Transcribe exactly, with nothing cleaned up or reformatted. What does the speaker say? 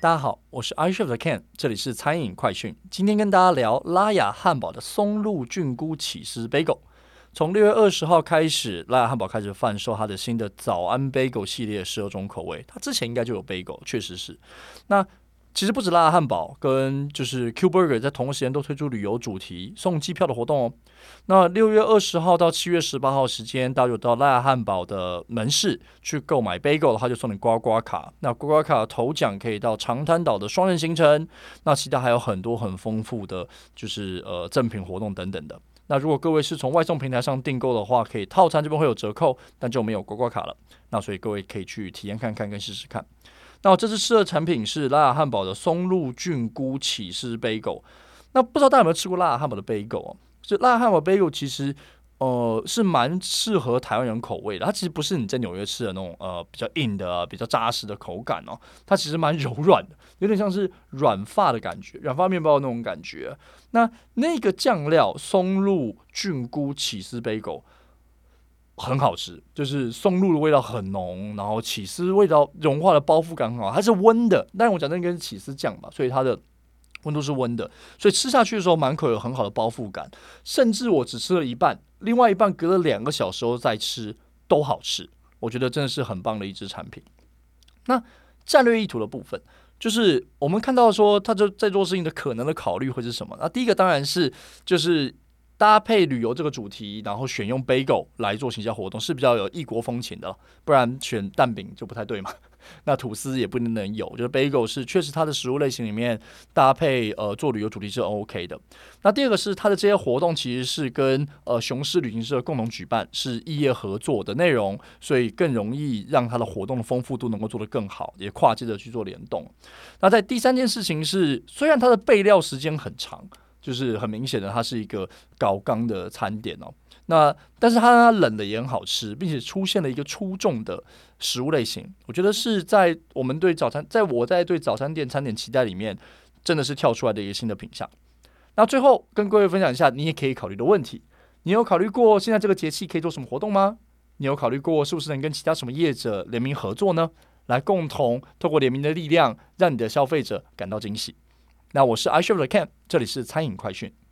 大家好，我是 iChef 的 Ken， 这里是餐饮快讯。今天跟大家聊拉雅汉堡的松露菌菇起司 bagel。从六月二十号开始，拉雅汉堡开始贩售它的新的早安 bagel 系列十二种口味。它之前应该就有 bagel， 确实是。那其实不止拉雅汉堡跟就是 Q Burger 在同一时间都推出旅游主题送机票的活动哦。那六月二十号到七月十八号时间，大家有到拉雅汉堡的门市去购买 bagel 的话，就送你刮刮卡。那刮刮卡的头奖可以到长滩岛的双人行程。那其他还有很多很丰富的，就是呃赠品活动等等的。那如果各位是从外送平台上订购的话，可以套餐这边会有折扣，但就没有刮刮卡了。那所以各位可以去体验看看跟试试看。那这次试的产品是拉雅汉堡的松露菌菇起司 bagel。那不知道大家有没有吃过拉雅汉堡的 bagel 哦？就拉雅汉堡 bagel 其实呃是蛮适合台湾人口味的。它其实不是你在纽约吃的那种呃比较硬的、啊、比较扎实的口感哦，它其实蛮柔软的，有点像是软发的感觉，软发面包的那种感觉。那那个酱料松露菌菇起司 bagel。很好吃，就是松露的味道很浓，然后起司味道融化的包覆感很好，它是温的，但是我讲那个是起司酱嘛，所以它的温度是温的，所以吃下去的时候满口有很好的包覆感，甚至我只吃了一半，另外一半隔了两个小时后再吃都好吃，我觉得真的是很棒的一支产品。那战略意图的部分，就是我们看到说它就在做事情的可能的考虑会是什么？那第一个当然是就是搭配旅游这个主题，然后选用 bagel 来做行销活动是比较有异国风情的，不然选蛋饼就不太对嘛。那吐司也不能有，就是 bagel 是确实它的食物类型里面搭配呃做旅游主题是 OK 的。那第二个是它的这些活动其实是跟呃雄狮旅行社共同举办，是异业合作的内容，所以更容易让它的活动的丰富度能够做得更好，也跨界的去做联动。那在第三件事情是，虽然它的备料时间很长。就是很明显的，它是一个高纲的餐点哦。那但是它冷的也很好吃，并且出现了一个出众的食物类型，我觉得是在我们对早餐，在我在对早餐店餐点期待里面，真的是跳出来的一个新的品项。那最后跟各位分享一下，你也可以考虑的问题：你有考虑过现在这个节气可以做什么活动吗？你有考虑过是不是能跟其他什么业者联名合作呢？来共同透过联名的力量，让你的消费者感到惊喜。那我是 iChef 的 Ken， 这里是餐饮快讯。